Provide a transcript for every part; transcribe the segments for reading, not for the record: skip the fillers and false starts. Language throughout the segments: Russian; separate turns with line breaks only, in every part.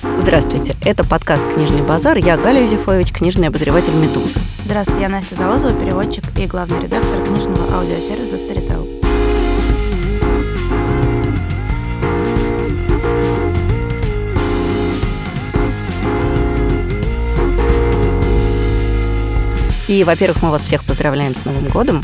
Здравствуйте, это подкаст «Книжный базар». Я Галя Юзефович, книжный обозреватель «Медузы».
Здравствуйте, я Настя Завозова, переводчик и главный редактор книжного аудиосервиса Storytel.
И, во-первых, мы вас всех поздравляем с Новым годом,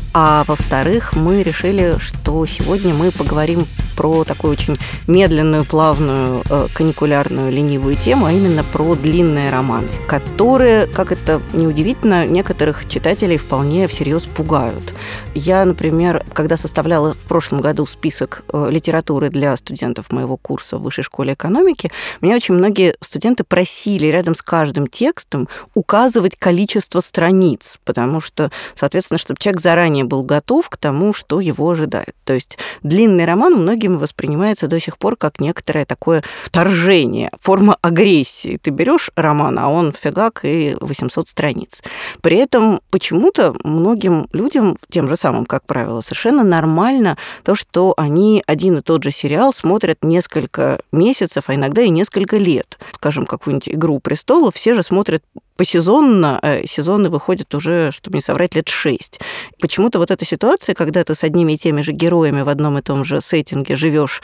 а во-вторых, мы решили, что сегодня мы поговорим про такую очень медленную, плавную, каникулярную, ленивую тему, а именно про длинные романы, которые, как это неудивительно, некоторых читателей вполне всерьез пугают. Я, например, когда составляла в прошлом году список литературы для студентов моего курса в Высшей школе экономики, меня очень многие студенты просили рядом с каждым текстом указывать количество страниц, потому что, соответственно, чтобы человек заранее был готов к тому, что его ожидает. То есть длинный роман многими воспринимается до сих пор как некоторое такое вторжение, форма агрессии. Ты берешь роман, а он фигак и 800 страниц. При этом почему-то многим людям, тем же самым, как правило, совершенно нормально то, что они один и тот же сериал смотрят несколько месяцев, а иногда и несколько лет. Скажем, какую-нибудь «Игру престолов» все же смотрят посезонно, сезоны выходят уже, чтобы не соврать, лет 6. Почему-то вот эта ситуация, когда ты с одними и теми же героями в одном и том же сеттинге живешь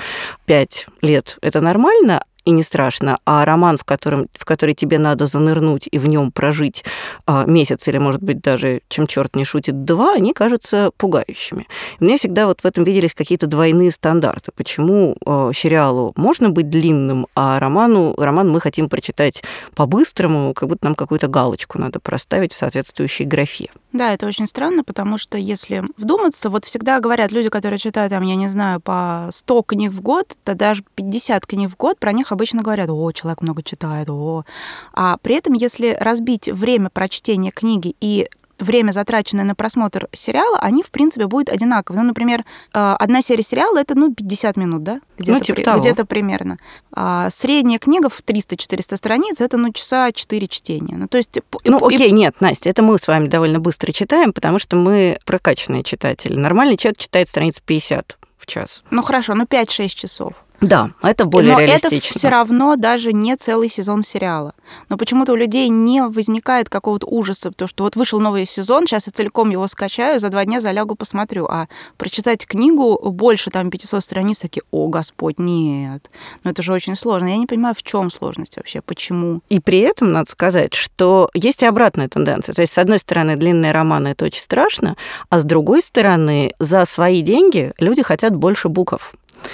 5 лет, это нормально и не страшно, а роман, в который тебе надо занырнуть и в нем прожить месяц или, может быть, даже, чем черт не шутит, 2, они кажутся пугающими. Мне всегда вот в этом виделись какие-то двойные стандарты. Почему сериалу можно быть длинным, а роман мы хотим прочитать по-быстрому, как будто нам какую-то галочку надо проставить в соответствующей графе.
Да, это очень странно, потому что если вдуматься, вот всегда говорят люди, которые читают, там, я не знаю, по 100 книг в год, да даже 50 книг в год, про них обычно говорят: о, человек много читает, о. А при этом, если разбить время прочтения книги и время, затраченное на просмотр сериала, они, в принципе, будут одинаковы. Ну, например, одна серия сериала — это, 50 минут, да? Где-то примерно. А средняя книга в 300-400 страниц — это, часа 4 чтения. То есть...
Окей, нет, Настя, это мы с вами довольно быстро читаем, потому что мы прокачанные читатели. Нормальный человек читает страниц 50 в час.
Хорошо, 5-6 часов.
Да, это более реалистично.
Но это все равно даже не целый сезон сериала. Но почему-то у людей не возникает какого-то ужаса, потому что вот вышел новый сезон, сейчас я целиком его скачаю, за 2 дня залягу, посмотрю. А прочитать книгу больше 500 страниц, такие: о, Господь, нет. Это же очень сложно. Я не понимаю, в чем сложность вообще, почему.
И при этом надо сказать, что есть и обратная тенденция. То есть, с одной стороны, длинные романы — это очень страшно, а с другой стороны, за свои деньги люди хотят больше букв.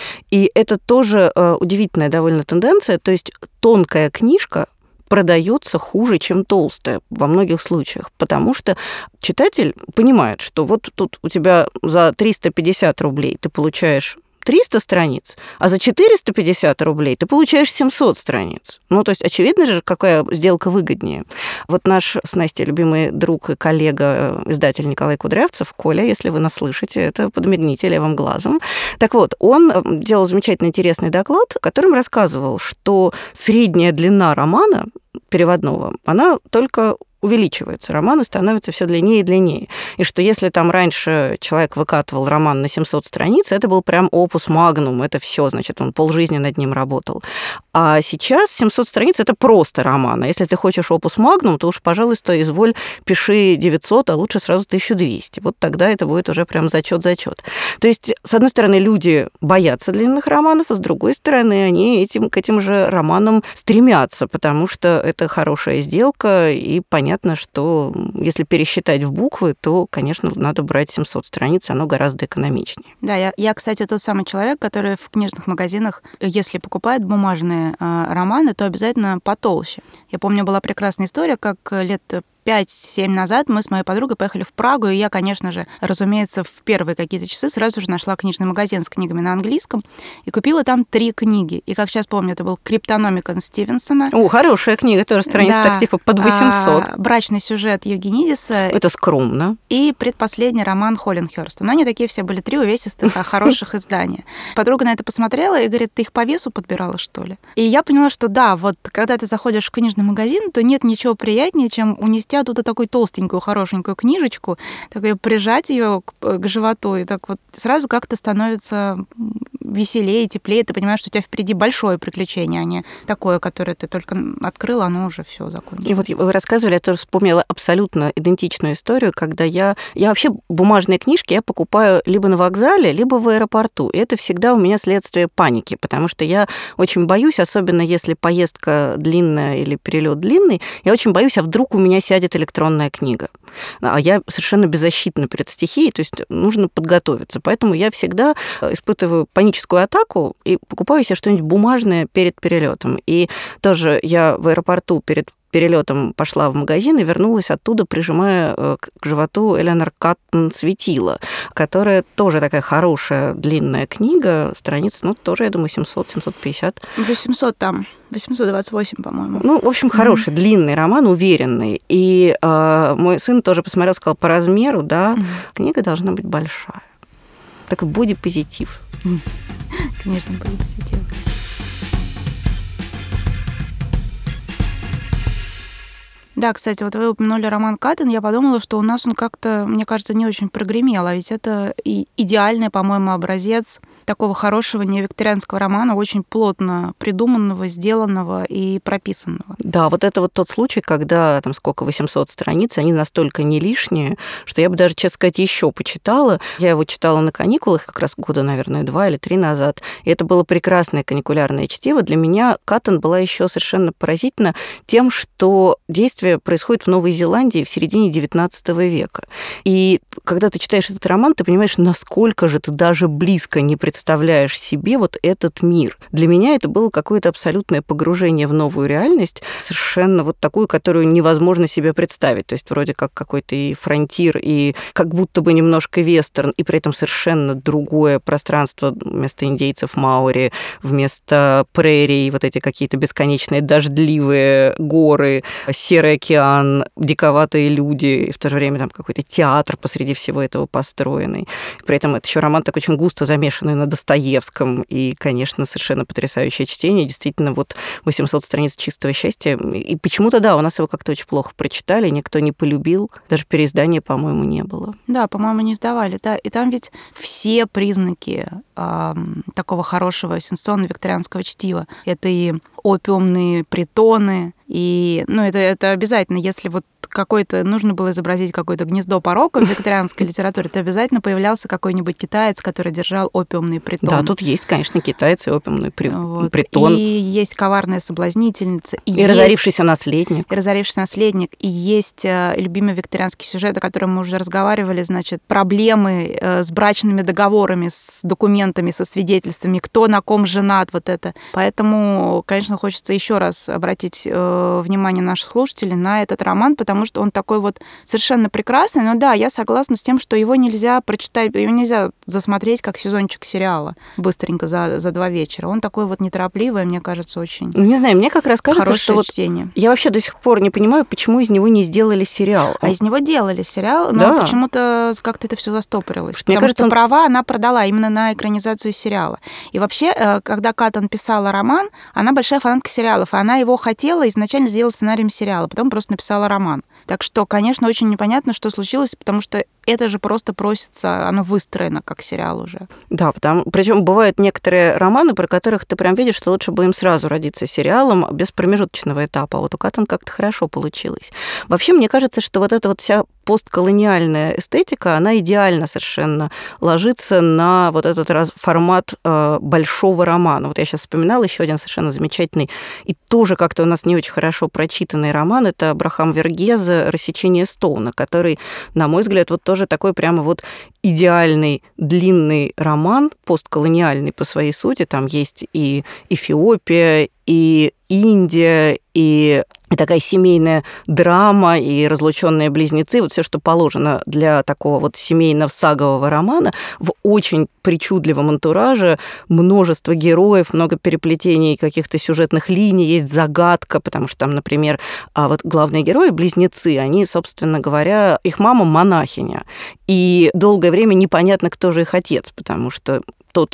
И это тоже удивительная довольно тенденция. То есть тонкая книжка продается хуже, чем толстая во многих случаях, потому что читатель понимает, что вот тут у тебя за 350 рублей ты получаешь 300 страниц, а за 450 рублей ты получаешь 700 страниц. То есть очевидно же, какая сделка выгоднее. Вот наш с Настей любимый друг и коллега, издатель Николай Кудрявцев, Коля, если вы нас слышите, это подмигните левым глазом. Так вот, он делал замечательно интересный доклад, в котором рассказывал, что средняя длина романа переводного, она только увеличивается, романы становятся все длиннее и длиннее. И что если там раньше человек выкатывал роман на 700 страниц, это был прям опус магнум, это все, значит, он полжизни над ним работал. А сейчас 700 страниц — это просто роман. А если ты хочешь опус магнум, то уж, пожалуйста, изволь, пиши 900, а лучше сразу 1200. Вот тогда это будет уже прям зачет. То есть, с одной стороны, люди боятся длинных романов, а с другой стороны, они к этим же романам стремятся, потому что это хорошая сделка, и понятно, что если пересчитать в буквы, то, конечно, надо брать 700 страниц, оно гораздо экономичнее.
Да, я, кстати, тот самый человек, который в книжных магазинах, если покупает бумажные романы, то обязательно потолще. Я помню, была прекрасная история, как лет 5-7 назад мы с моей подругой поехали в Прагу, и я, конечно же, разумеется, в первые какие-то часы сразу же нашла книжный магазин с книгами на английском и купила там 3 книги. И, как сейчас помню, это был «Криптономикон» Стивенсона.
Хорошая книга, тоже страница так типа под 800.
«Брачный сюжет» Евгенидиса.
Это скромно.
И предпоследний роман Холлинхерста. Но они такие все были 3 увесистых, хороших издания. Подруга на это посмотрела и говорит: ты их по весу подбирала, что ли? И я поняла, что да, вот когда ты заходишь в книжный магазин, то нет ничего приятнее, чем унести оттуда такую толстенькую, хорошенькую книжечку, прижать ее к животу, и так вот сразу как-то становится веселее, теплее, ты понимаешь, что у тебя впереди большое приключение, а не такое, которое ты только открыл, оно уже все закончилось.
И вот вы рассказывали, я тоже вспомнила абсолютно идентичную историю, когда я вообще бумажные книжки я покупаю либо на вокзале, либо в аэропорту. И это всегда у меня следствие паники, потому что я очень боюсь, особенно если поездка длинная или перелет длинный, я очень боюсь, а вдруг у меня сядет электронная книга. А я совершенно беззащитна перед стихией, то есть нужно подготовиться. Поэтому я всегда испытываю паническую атаку и покупаю себе что-нибудь бумажное перед перелетом. И тоже я в аэропорту перед перелетом пошла в магазин и вернулась оттуда, прижимая к животу Эленор Каттон «Светило», которая тоже такая хорошая длинная книга, страниц, тоже, я думаю, 700-750.
800 там. 828, по-моему.
В общем, хороший, длинный роман, уверенный. И мой сын тоже посмотрел, сказал, по размеру, да, книга должна быть большая. Такой бодипозитив.
Конечно, бодипозитив. Да, кстати, вот вы упомянули роман Каттон, я подумала, что у нас он как-то, мне кажется, не очень прогремел, а ведь это и идеальный, по-моему, образец такого хорошего неовикторианского романа, очень плотно придуманного, сделанного и прописанного.
Да, вот это вот тот случай, когда там сколько, 800 страниц, они настолько не лишние, что я бы даже, честно сказать, еще почитала. Я его читала на каникулах как раз года, наверное, 2 или 3 назад, и это было прекрасное каникулярное чтиво. Для меня Каттон была еще совершенно поразительна тем, что действие происходит в Новой Зеландии в середине XIX века. И когда ты читаешь этот роман, ты понимаешь, насколько же ты даже близко не представляешь себе вот этот мир. Для меня это было какое-то абсолютное погружение в новую реальность, совершенно вот такую, которую невозможно себе представить. То есть вроде как какой-то и фронтир, и как будто бы немножко вестерн, и при этом совершенно другое пространство вместо индейцев маори, вместо прерий, вот эти какие-то бесконечные дождливые горы, серый океан, диковатые люди, и в то же время там какой-то театр посреди всего этого построенный. При этом это еще роман такой очень густо замешанный на Достоевском, и, конечно, совершенно потрясающее чтение. Действительно, вот 800 страниц чистого счастья. И почему-то, да, у нас его как-то очень плохо прочитали, никто не полюбил, даже переиздания, по-моему, не было.
Да, по-моему, не издавали, да. И там ведь все признаки такого хорошего сенсационно-викторианского чтива. Это и опиумные притоны, и, это обязательно, если вот какой-то, нужно было изобразить какое-то гнездо порока в викторианской литературе, то обязательно появлялся какой-нибудь китаец, который держал опиумный притон.
Да, тут есть, конечно, китаец и опиумный притон.
И есть коварная соблазнительница.
И разорившийся наследник.
И есть любимый викторианский сюжет, о котором мы уже разговаривали, значит, проблемы с брачными договорами, с документами, со свидетельствами, кто на ком женат, вот это. Поэтому, конечно, хочется еще раз обратить внимание наших слушателей на этот роман, потому что он такой вот совершенно прекрасный. Но да, я согласна с тем, что его нельзя прочитать, его нельзя засмотреть как сезончик сериала быстренько за 2 вечера. Он такой вот неторопливый, мне кажется, очень
не знаю, мне как раз кажется, что
чтение.
Я вообще до сих пор не понимаю, почему из него не сделали сериал.
А из него делали сериал, но почему-то как-то это все застопорилось. Потому
кажется,
что права она продала именно на экранизацию сериала. И вообще, когда Каттон писала роман, она большая фанатка сериалов, и она его хотела изначально сделать сценарием сериала, потом просто написала роман. Так что, конечно, очень непонятно, что случилось, потому что это же просто просится, оно выстроено как сериал уже.
Да, причем бывают некоторые романы, про которых ты прям видишь, что лучше бы им сразу родиться сериалом без промежуточного этапа. Вот у Каттон как-то хорошо получилось. Вообще, мне кажется, что вот эта вот вся постколониальная эстетика, она идеально совершенно ложится на вот этот формат большого романа. Вот я сейчас вспоминала еще один совершенно замечательный и тоже как-то у нас не очень хорошо прочитанный роман. Это Абрахам Вергезе «Рассечение Стоуна», который, на мой взгляд, вот тоже такой прямо вот идеальный длинный роман, постколониальный по своей сути. Там есть и Эфиопия, и Индия, и такая семейная драма, и разлученные близнецы, вот все, что положено для такого вот семейно-сагового романа, в очень причудливом антураже, множество героев, много переплетений каких-то сюжетных линий, есть загадка, потому что там, например, вот главные герои, близнецы, они, собственно говоря, их мама монахиня, и долгое время непонятно, кто же их отец, потому что тот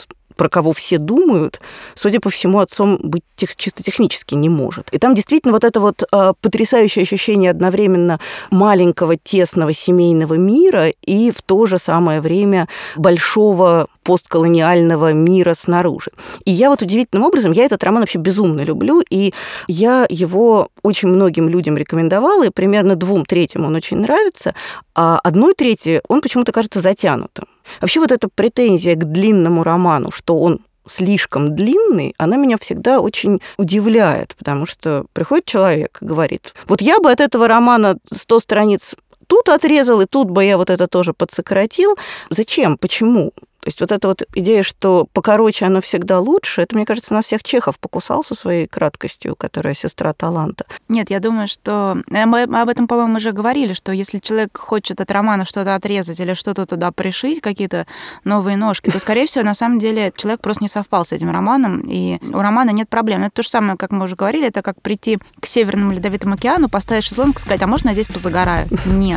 про кого все думают, судя по всему, отцом быть чисто технически не может. И там действительно вот это вот потрясающее ощущение одновременно маленького, тесного семейного мира и в то же самое время большого постколониального мира снаружи. И я вот удивительным образом, я этот роман вообще безумно люблю, и я его очень многим людям рекомендовала, и примерно 2/3 он очень нравится, а 1/3 он почему-то кажется затянутым. Вообще вот эта претензия к длинному роману, что он слишком длинный, она меня всегда очень удивляет, потому что приходит человек и говорит, вот я бы от этого романа 100 страниц тут отрезал, и тут бы я вот это тоже подсократил. Зачем? Почему? То есть вот эта вот идея, что покороче оно всегда лучше, это, мне кажется, нас всех Чехов покусал со своей краткостью, которая сестра таланта.
Нет, я думаю, что... Мы об этом, по-моему, уже говорили, что если человек хочет от романа что-то отрезать или что-то туда пришить, какие-то новые ножки, то, скорее всего, на самом деле человек просто не совпал с этим романом, и у романа нет проблем. Это то же самое, как мы уже говорили, это как прийти к Северному Ледовитому океану, поставить шезлонг и сказать, а можно я здесь позагораю? Нет.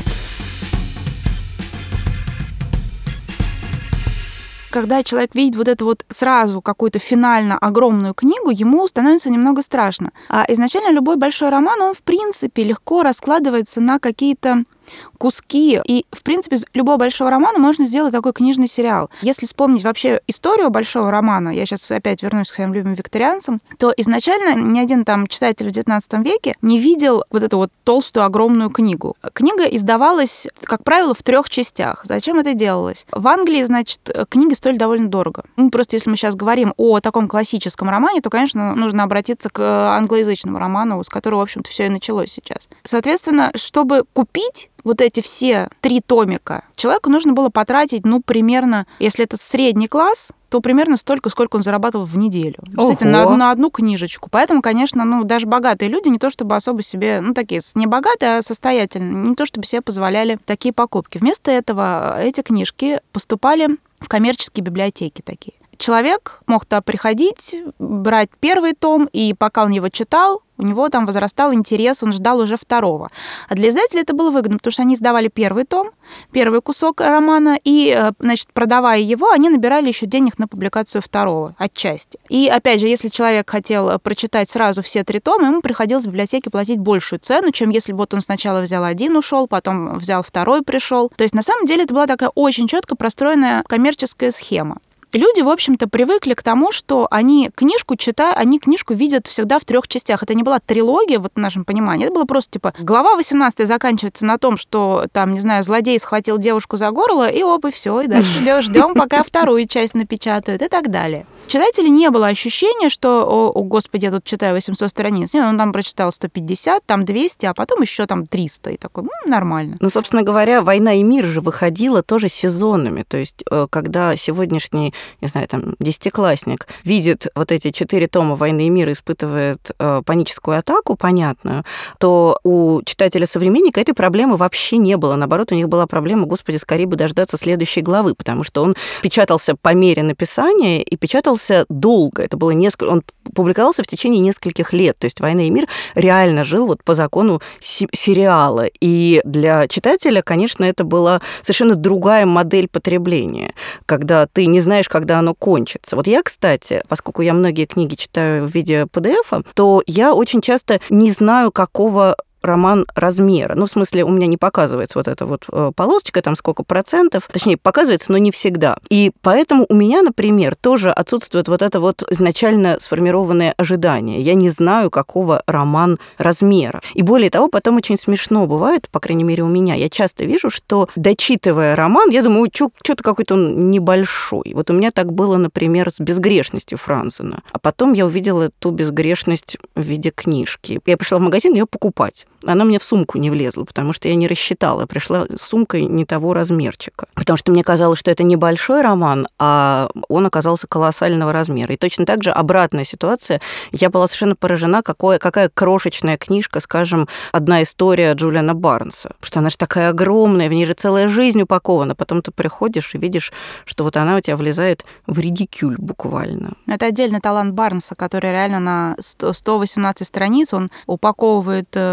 Когда человек видит вот эту вот сразу какую-то финально огромную книгу, ему становится немного страшно. А изначально любой большой роман, он, в принципе, легко раскладывается на какие-то куски. И, в принципе, из любого большого романа можно сделать такой книжный сериал. Если вспомнить вообще историю большого романа, я сейчас опять вернусь к своим любимым викторианцам, то изначально ни один там читатель в XIX веке не видел вот эту вот толстую, огромную книгу. Книга издавалась, как правило, в 3 частях. Зачем это делалось? В Англии, значит, книги стоили довольно дорого. Просто если мы сейчас говорим о таком классическом романе, то, конечно, нужно обратиться к англоязычному роману, с которого, в общем-то, все и началось сейчас. Соответственно, чтобы купить вот эти все 3 томика, человеку нужно было потратить, примерно, если это средний класс, то примерно столько, сколько он зарабатывал в неделю. Кстати, на одну книжечку. Поэтому, конечно, даже богатые люди не то чтобы особо себе, такие не богатые, а состоятельные, не то чтобы себе позволяли такие покупки. Вместо этого эти книжки поступали в коммерческие библиотеки такие. Человек мог туда приходить, брать 1 том, и пока он его читал, у него там возрастал интерес, он ждал уже 2. А для издателя это было выгодно, потому что они издавали 1 том, 1 кусок романа, и, значит, продавая его, они набирали еще денег на публикацию 2 отчасти. И, опять же, если человек хотел прочитать сразу все 3 тома, ему приходилось в библиотеке платить большую цену, чем если бы он сначала взял 1, ушел, потом взял 2, пришел. То есть, на самом деле, это была такая очень четко простроенная коммерческая схема. Люди, в общем-то, привыкли к тому, что они книжку читают, они книжку видят всегда в 3 частях. Это не была трилогия, в нашем понимании. Это было просто, глава 18 заканчивается на том, что, там, не знаю, злодей схватил девушку за горло, и оп, и все, и дальше ждем, пока 2 часть напечатают, и так далее. Читателя не было ощущения, что, о, господи, я тут читаю 800 страниц. Нет, он там прочитал 150, там 200, а потом еще там 300. И такой, нормально.
Собственно говоря, «Война и мир» же выходила тоже сезонами. То есть, когда сегодняшний, не знаю, там, 10-классник видит вот эти 4 тома «Войны и мира», испытывает паническую атаку, понятную, то у читателя-современника этой проблемы вообще не было. Наоборот, у них была проблема, господи, скорее бы дождаться следующей главы, потому что он печатался по мере написания и печатался долго. Это было он публиковался в течение нескольких лет. То есть «Война и мир» реально жил вот по закону сериала. И для читателя, конечно, это была совершенно другая модель потребления, когда ты не знаешь, когда оно кончится. Вот я, кстати, поскольку я многие книги читаю в виде PDF, то я очень часто не знаю, какого роман размера. В смысле, у меня не показывается вот эта вот полосочка, там сколько процентов, точнее, показывается, но не всегда. И поэтому у меня, например, тоже отсутствует вот это вот изначально сформированное ожидание. Я не знаю, какого роман размера. И более того, потом очень смешно бывает, по крайней мере, у меня. Я часто вижу, что, дочитывая роман, я думаю, что-то какой-то он небольшой. Вот у меня так было, например, с «Безгрешностью» Франзена. А потом я увидела ту безгрешность в виде книжки. Я пришла в магазин ее покупать. Она мне в сумку не влезла, потому что я не рассчитала. Пришла с сумкой не того размерчика. Потому что мне казалось, что это небольшой роман, а он оказался колоссального размера. И точно так же обратная ситуация. Я была совершенно поражена, какая крошечная книжка, скажем, «Одна история» Джулиана Барнса. Потому что она же такая огромная, в ней же целая жизнь упакована. Потом ты приходишь и видишь, что вот она у тебя влезает в редикюль буквально.
Это отдельный талант Барнса, который реально на 118 страниц, он упаковывает всю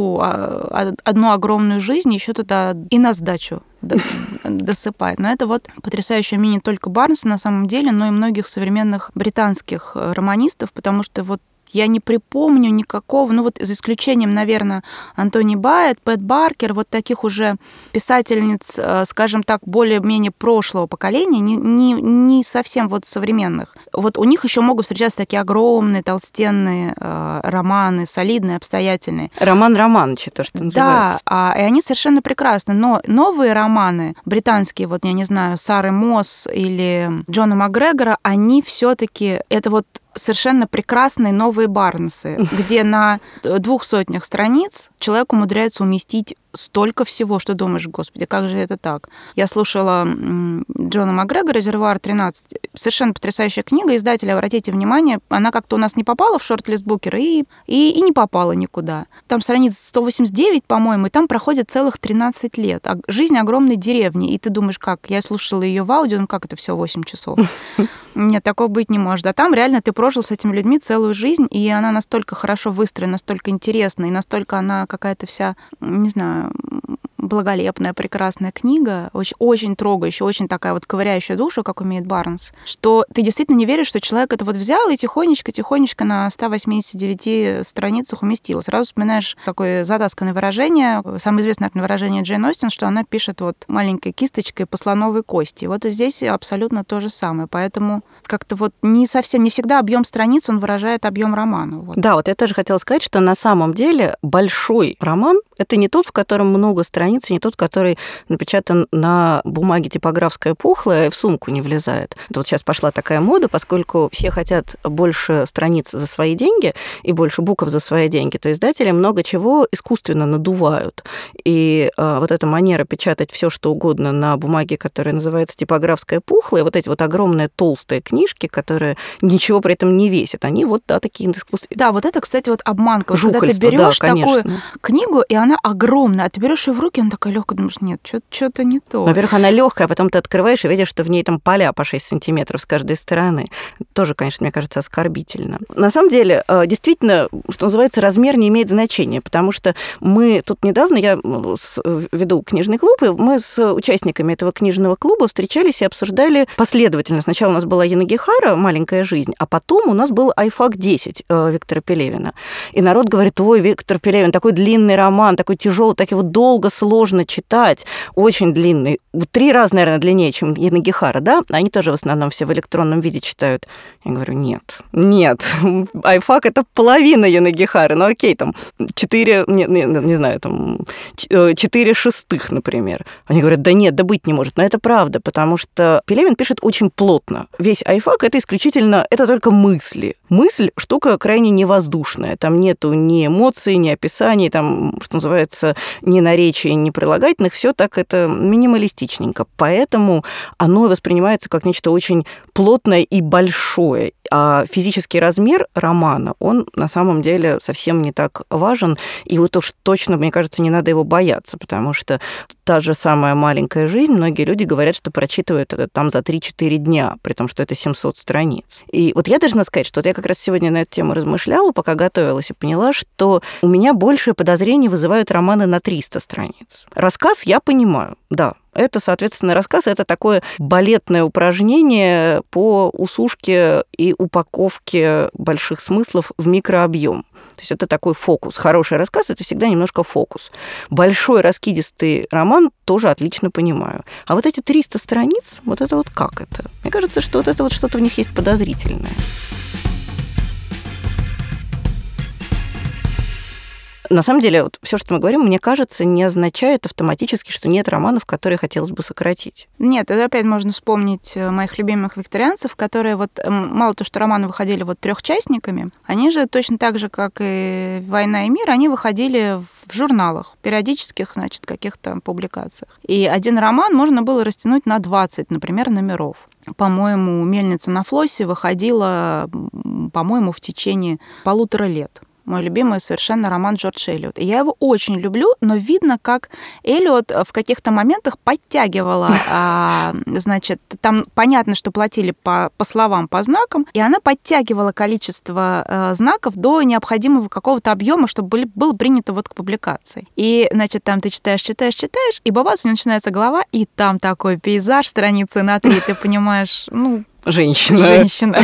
всю одну огромную жизнь еще туда и на сдачу досыпает. Но это вот потрясающее умение не только Барнса на самом деле, но и многих современных британских романистов, потому что вот я не припомню никакого, ну вот за исключением, наверное, Антони Байет, Пэт Баркер, вот таких уже писательниц, скажем так, более-менее прошлого поколения, не совсем вот современных. Вот у них еще могут встречаться такие огромные, толстенные романы, солидные, обстоятельные.
Роман Романовича, то, что называется.
Да, и они совершенно прекрасны. Но новые романы, британские, вот я не знаю, Сары Мосс или Джона Макгрегора, они все-таки это вот совершенно прекрасные новые Барнсы, где на 200 страниц человек умудряется уместить столько всего, что думаешь, господи, как же это так? Я слушала Джона Макгрегора «Резервуар 13». Совершенно потрясающая книга. Издатели, обратите внимание, она как-то у нас не попала в шорт-лист Букера и не попала никуда. Там страниц 189, по-моему, и там проходит целых 13 лет. Жизнь огромной деревни. И ты думаешь, как? Я слушала ее в аудио, ну как это все 8 часов? Нет, такого быть не может. А там реально ты прожил с этими людьми целую жизнь, и она настолько хорошо выстроена, настолько интересна, и настолько она какая-то вся, не знаю, благолепная, прекрасная книга, очень, очень трогающая, очень такая вот ковыряющая душу, как умеет Барнс, что ты действительно не веришь, что человек это вот взял и тихонечко на 189 страницах уместил. Сразу вспоминаешь такое затасканное выражение, самое известное, наверное, выражение Джейн Остин, что она пишет вот маленькой кисточкой по слоновой кости. Вот и здесь абсолютно то же самое. Поэтому как-то вот не всегда объем страниц, он выражает объем романа. Вот.
Да, вот я тоже хотела сказать, что на самом деле большой роман — это не тот, в котором много страниц, и не тот, который напечатан на бумаге типографская пухлая и в сумку не влезает. Это вот сейчас пошла такая мода, поскольку все хотят больше страниц за свои деньги и больше букв за свои деньги, то издатели много чего искусственно надувают. И вот эта манера печатать все, что угодно на бумаге, которая называется типографская пухлая, вот эти вот огромные толстые книжки, которые ничего при этом не весят, они вот, да, такие искусственные.
Да, вот это, кстати, вот обманка. Когда ты берешь такую книгу, и она огромная, а ты берешь ее в руки, она такая легкая, думаешь, нет, что-то не то.
Во-первых, она легкая, а потом ты открываешь и видишь, что в ней там поля по 6 сантиметров с каждой стороны. Тоже, конечно, мне кажется, оскорбительно. На самом деле, действительно, что называется, размер не имеет значения, потому что мы тут недавно, я веду книжный клуб, и мы с участниками этого книжного клуба встречались и обсуждали последовательно. Сначала у нас была Янагихара «Маленькая жизнь», а потом у нас был «Айфак 10» Виктора Пелевина. И народ говорит, ой, Виктор Пелевин, такой длинный роман, такой тяжелый, так его долго, сложно читать, очень длинный. 3 раза, наверное, длиннее, чем Янагихара, да? Они тоже в основном все в электронном виде читают. Я говорю, нет. Айфак — это половина Янагихары, ну окей, там 4, не знаю, там 4 шестых, например. Они говорят, да нет, да быть не может. Но это правда, потому что Пелевин пишет очень плотно. Весь Айфак — это исключительно, это только мысли. Мысль — штука крайне невоздушная. Там нету ни эмоций, ни описаний, там, что называется, ни наречий, ни прилагательных. Все так это минималистичненько. Поэтому оно воспринимается как нечто очень плотное и большое. А физический размер романа, он на самом деле совсем не так важен. И вот уж точно, мне кажется, не надо его бояться, потому что та же самая «Маленькая жизнь», многие люди говорят, что прочитывают это там за 3-4 дня, при том, что это 700 страниц. И вот я должна сказать, что вот я как раз сегодня на эту тему размышляла, пока готовилась, и поняла, что у меня большее подозрение вызывают романы на 300 страниц. Рассказ я понимаю, да. Это, соответственно, рассказ, это такое балетное упражнение по усушке и упаковке больших смыслов в микрообъем. То есть это такой фокус. Хороший рассказ – это всегда немножко фокус. Большой раскидистый роман тоже отлично понимаю. А вот эти 300 страниц, вот это вот как это? Мне кажется, что вот это вот что-то в них есть подозрительное. На самом деле, вот все, что мы говорим, мне кажется, не означает автоматически, что нет романов, которые хотелось бы сократить.
Нет, это опять можно вспомнить моих любимых викторианцев, которые вот мало то, что романы выходили вот трехчастниками, они же точно так же, как и «Война и мир», они выходили в журналах, периодических, значит, каких-то публикациях. И один роман можно было растянуть на 20, например, номеров. По-моему, «Мельница на флосе» выходила, по-моему, в течение 1,5 лет. мой любимый совершенно роман Джордж Эллиот. И я его очень люблю, но видно, как Эллиот в каких-то моментах подтягивала. Значит, там понятно, что платили по словам, по знакам, и она подтягивала количество знаков до необходимого какого-то объема, чтобы было принято вот к публикации. И, значит, там ты читаешь, и бабац, у него начинается глава, и там такой пейзаж страницы на 3, ты понимаешь, Женщина.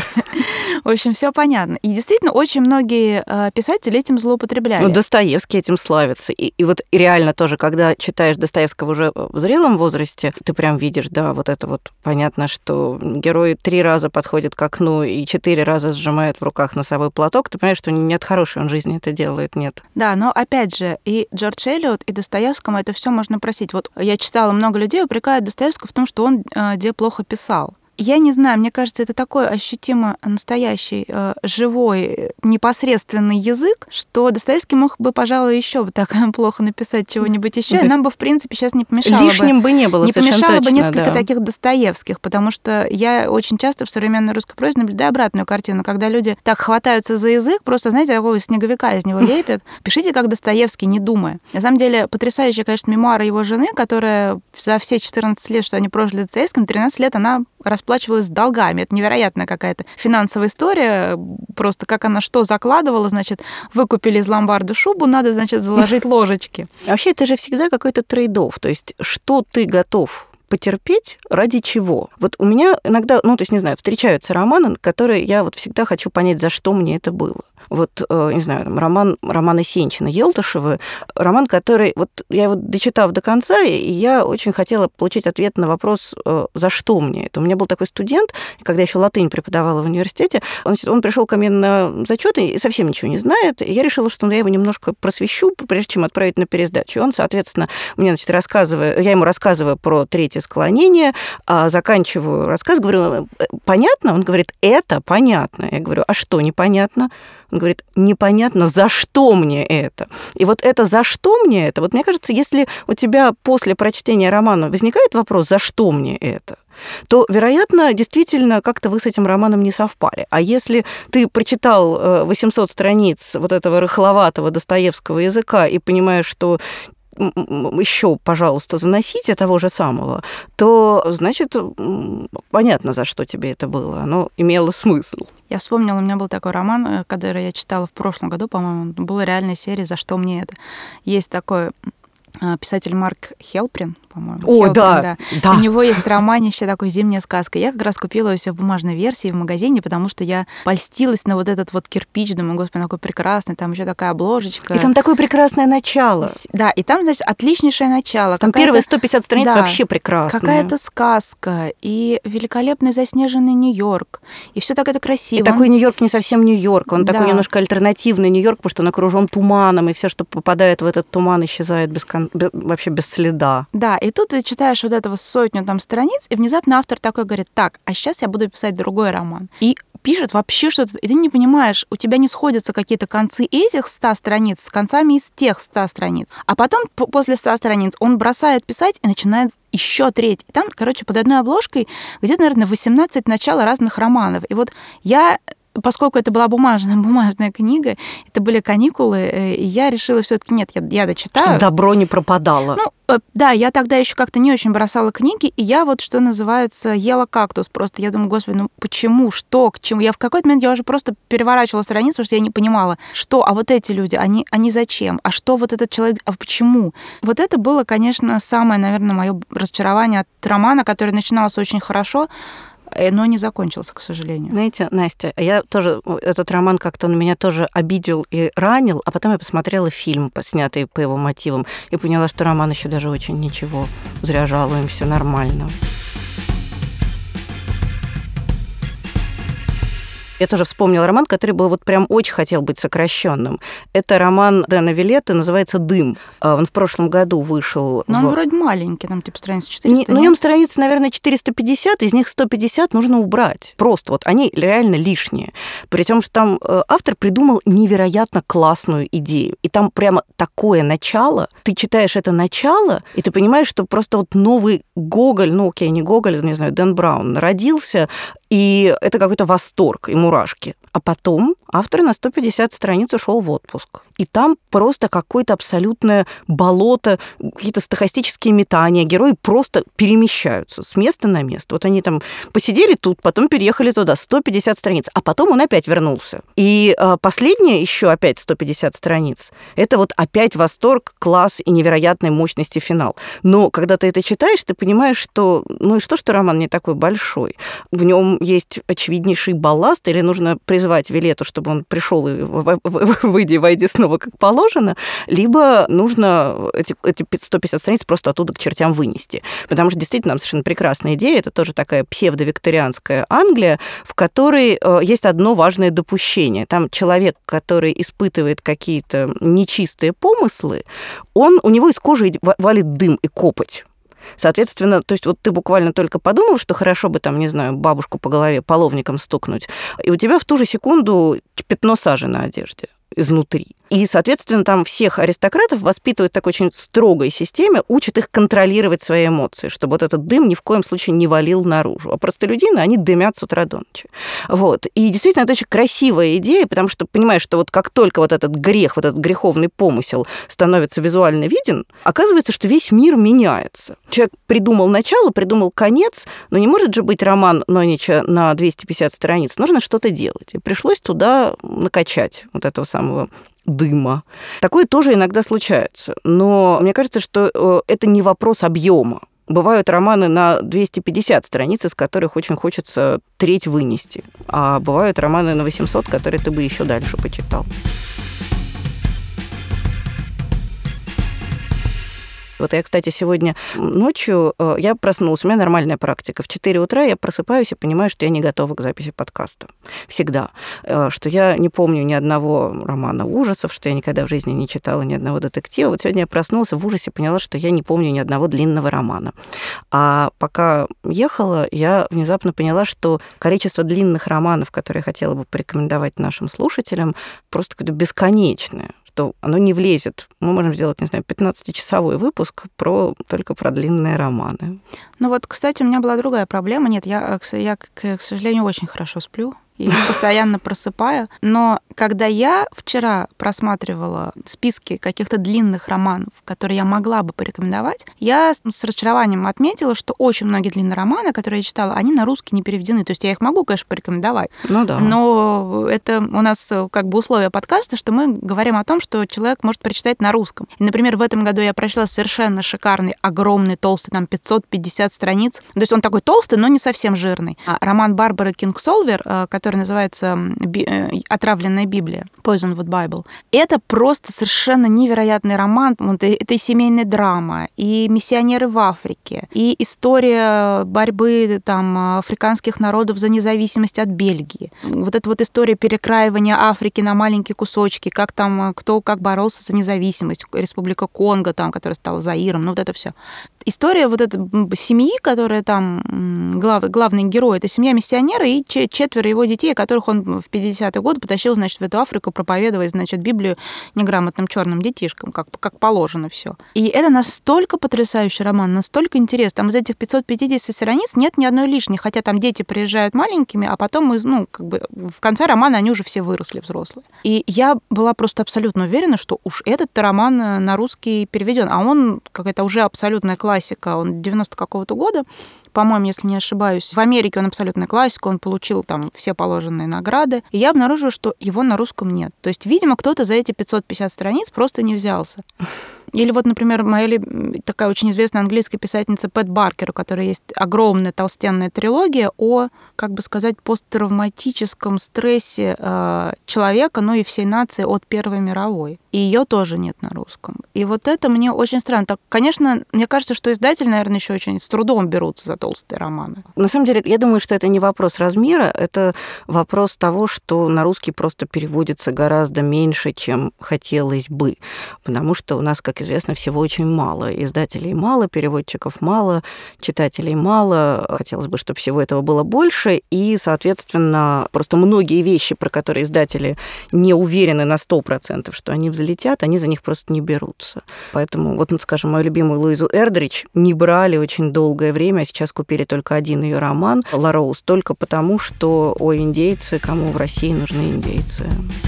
В общем, все понятно. И действительно, очень многие писатели этим злоупотребляли.
Достоевский этим славится. И вот реально тоже, когда читаешь Достоевского уже в зрелом возрасте, ты прям видишь, да, вот это вот понятно, что герой 3 раза подходит к окну и 4 раза сжимает в руках носовой платок, ты понимаешь, что не от хорошей он жизни это делает, нет.
Да, но опять же, и Джордж Эллиот, и Достоевскому это все можно просить. Вот я читала, много людей упрекают Достоевского в том, что он плохо писал. Я не знаю, мне кажется, это такой ощутимо настоящий, живой, непосредственный язык, что Достоевский мог бы, пожалуй, еще бы так плохо написать чего-нибудь еще, и нам бы, в принципе, сейчас не помешало
лишним бы не было,
не
совершенно
помешало
точно,
бы несколько
да.
таких Достоевских, потому что я очень часто в современной русской прозе наблюдаю обратную картину, когда люди так хватаются за язык, просто, знаете, такого снеговика из него лепят. Пишите, как Достоевский, не думая. На самом деле, потрясающие, конечно, мемуары его жены, которая за все 14 лет, что они прожили с Достоевским, 13 лет она расплачивалась с долгами. Это невероятная какая-то финансовая история. Просто как она что закладывала, значит, выкупили из ломбарда шубу, надо, значит, заложить ложечки.
Вообще, это же всегда какой-то трейд-офф. То есть, что ты готов потерпеть ради чего? Вот у меня иногда, встречаются романы, которые я вот всегда хочу понять, за что мне это было. Вот, не знаю, роман Сенчина Елтышевы, роман, который, вот я его дочитав до конца, и я очень хотела получить ответ на вопрос, за что мне это. У меня был такой студент, когда я еще латынь преподавала в университете, он пришел ко мне на зачет и совсем ничего не знает, и я решила, что я его немножко просвещу, прежде чем отправить на пересдачу. Он, соответственно, мне, я ему рассказываю про третье склонение, заканчиваю рассказ, говорю, понятно? Он говорит, это понятно. Я говорю, а что непонятно? Он говорит, непонятно, за что мне это. И вот это «за что мне это», вот мне кажется, если у тебя после прочтения романа возникает вопрос «за что мне это?», то, вероятно, действительно, как-то вы с этим романом не совпали. А если ты прочитал 800 страниц вот этого рыхловатого Достоевского языка и понимаешь, что еще, пожалуйста, заносите того же самого, то, значит, понятно, за что тебе это было. Оно имело смысл.
Я вспомнила, у меня был такой роман, который я читала в прошлом году, по-моему, была реальная серия «За что мне это?». Есть такой писатель Марк Хелприн, по-моему.
О, да.
У него есть романище такой «Зимняя сказка». Я как раз купила его себе в бумажной версии в магазине, потому что я польстилась на вот этот вот кирпич, думаю, господи, такой прекрасный, там еще такая обложечка.
И там такое прекрасное начало.
Да, и там, значит, отличнейшее начало.
Там первые 150 страниц вообще прекрасные.
Какая-то сказка, и великолепный заснеженный Нью-Йорк, и все так это красиво.
И такой Нью-Йорк не совсем Нью-Йорк, он такой немножко альтернативный Нью-Йорк, потому что он окружен туманом, и все, что попадает в этот туман, исчезает вообще без следа.
Да, и тут ты читаешь вот этого 100 там страниц, и внезапно автор такой говорит, так, а сейчас я буду писать другой роман. И пишет вообще что-то, и ты не понимаешь, у тебя не сходятся какие-то концы этих 100 страниц с концами из тех 100 страниц. А потом, после 100 страниц, он бросает писать и начинает еще треть. И там, под одной обложкой где-то, наверное, 18 начала разных романов. И вот поскольку это была бумажная книга, это были каникулы, и я решила все-таки нет, я дочитаю.
Чтобы добро не пропадало.
Да, я тогда еще как-то не очень бросала книги, и я вот, что называется, ела кактус. Просто я думаю, господи, почему, что, к чему? Я в какой-то момент уже просто переворачивала страницу, потому что я не понимала, что, а вот эти люди, они зачем? А что вот этот человек, а почему? Вот это было, конечно, самое, наверное, мое разочарование от романа, который начинался очень хорошо, но не закончился, к сожалению.
Знаете, Настя, я тоже, этот роман как-то он меня тоже обидел и ранил, а потом я посмотрела фильм, снятый по его мотивам, и поняла, что роман еще даже очень ничего. Зря жалуемся, нормально. Я тоже вспомнила роман, который бы вот прям очень хотел быть сокращенным. Это роман Дэна Вилетты, называется «Дым». Он в прошлом году вышел.
Но он вроде маленький, там типа страниц 400.
На нем страниц, наверное, 450, из них 150 нужно убрать. Просто вот они реально лишние. Причем что там автор придумал невероятно классную идею. И там прямо такое начало. Ты читаешь это начало, и ты понимаешь, что просто вот новый Гоголь, не Гоголь, не знаю, Дэн Браун родился, И это какой-то восторг и мурашки. А потом автор на 150 страниц ушел в отпуск. И там просто какое-то абсолютное болото, какие-то стохастические метания. Герои просто перемещаются с места на место. Вот они там посидели тут, потом переехали туда. 150 страниц. А потом он опять вернулся. И последнее еще опять 150 страниц. Это вот опять восторг, класс и невероятной мощности финал. Но когда ты это читаешь, ты понимаешь, что ну и что роман не такой большой. В нем есть очевиднейший балласт, или нужно призвать Вилету, чтобы он пришел и войди снова как положено, либо нужно эти 150 страниц просто оттуда к чертям вынести. Потому что действительно там совершенно прекрасная идея, это тоже такая псевдовикторианская Англия, в которой есть одно важное допущение. Там человек, который испытывает какие-то нечистые помыслы, у него из кожи валит дым и копоть. Соответственно, то есть вот ты буквально только подумал, что хорошо бы там, не знаю, бабушку по голове половником стукнуть, и у тебя в ту же секунду пятно сажи на одежде изнутри. И, соответственно, там всех аристократов воспитывают в такой очень строгой системе, учат их контролировать свои эмоции, чтобы вот этот дым ни в коем случае не валил наружу. А простолюдины, они дымят с утра до ночи. Вот. И действительно, это очень красивая идея, потому что понимаешь, что вот как только вот этот грех, вот этот греховный помысел становится визуально виден, оказывается, что весь мир меняется. Человек придумал начало, придумал конец, но не может же быть роман Нойнича на 250 страниц. Нужно что-то делать. И пришлось туда накачать вот этого самого дыма. Такое тоже иногда случается. Но мне кажется, что это не вопрос объема. Бывают романы на 250 страниц, из которых очень хочется треть вынести. А бывают романы на 800, которые ты бы еще дальше почитал. Вот я, кстати, сегодня ночью я проснулась, у меня нормальная практика. В 4 утра я просыпаюсь и понимаю, что я не готова к записи подкаста. Всегда. Что я не помню ни одного романа ужасов, что я никогда в жизни не читала ни одного детектива. Вот сегодня я проснулась и в ужасе поняла, что я не помню ни одного длинного романа. А пока ехала, я внезапно поняла, что количество длинных романов, которые я хотела бы порекомендовать нашим слушателям, просто какое-то бесконечное. Что оно не влезет. Мы можем сделать, не знаю, 15-часовой выпуск только про длинные романы.
Ну вот, кстати, у меня была другая проблема. Нет, я, к сожалению, очень хорошо сплю. И постоянно просыпаю. Но когда я вчера просматривала списки каких-то длинных романов, которые я могла бы порекомендовать, я с разочарованием отметила, что очень многие длинные романы, которые я читала, они на русский не переведены. То есть я их могу, конечно, порекомендовать.
Ну да.
Но это у нас как бы условие подкаста, что мы говорим о том, что человек может прочитать на русском. И, например, в этом году я прочла совершенно шикарный, огромный, толстый, там 550 страниц. То есть он такой толстый, но не совсем жирный. Роман Барбары Кингсолвер, который называется «Отравленная Библия», Poisoned Bible. Это просто совершенно невероятный роман. Это и семейная драма, и миссионеры в Африке, и история борьбы там, африканских народов за независимость от Бельгии. Вот эта вот история перекраивания Африки на маленькие кусочки, как там кто как боролся за независимость, Республика Конго, там, которая стала Заиром, ну вот это все. История вот этой семьи, которая там главный герой, это семья миссионера и 4 его детей, которых он в 50-е годы потащил, значит, в эту Африку проповедовать, значит, Библию неграмотным черным детишкам, как положено все. И это настолько потрясающий роман, настолько интересный. Там из этих 550 страниц нет ни одной лишней, хотя там дети приезжают маленькими, а потом в конце романа они уже все выросли взрослые. И я была просто абсолютно уверена, что уж этот роман на русский переведен, а он какая-то уже абсолютная классика, он 90 какого-то года, по-моему, если не ошибаюсь. В Америке он абсолютная классика, он получил там все положенные награды. И я обнаружила, что его на русском нет. То есть, видимо, кто-то за эти 550 страниц просто не взялся. Или вот, например, моя такая очень известная английская писательница Пэт Баркер, у которой есть огромная толстенная трилогия о, как бы сказать, посттравматическом стрессе человека, ну и всей нации от Первой мировой. И ее тоже нет на русском. И вот это мне очень странно. Так, конечно, мне кажется, что издатели, наверное, еще очень с трудом берутся за толстые романы.
На самом деле, я думаю, что это не вопрос размера, это вопрос того, что на русский просто переводится гораздо меньше, чем хотелось бы. Потому что у нас, как как известно, всего очень мало. Издателей мало, переводчиков мало, читателей мало. Хотелось бы, чтобы всего этого было больше. И, соответственно, просто многие вещи, про которые издатели не уверены на 100%, что они взлетят, они за них просто не берутся. Поэтому, вот, скажем, мою любимую Луизу Эрдрич не брали очень долгое время, а сейчас купили только один ее роман «Ла Роуз», только потому, что, ой, индейцы, кому в России нужны индейцы.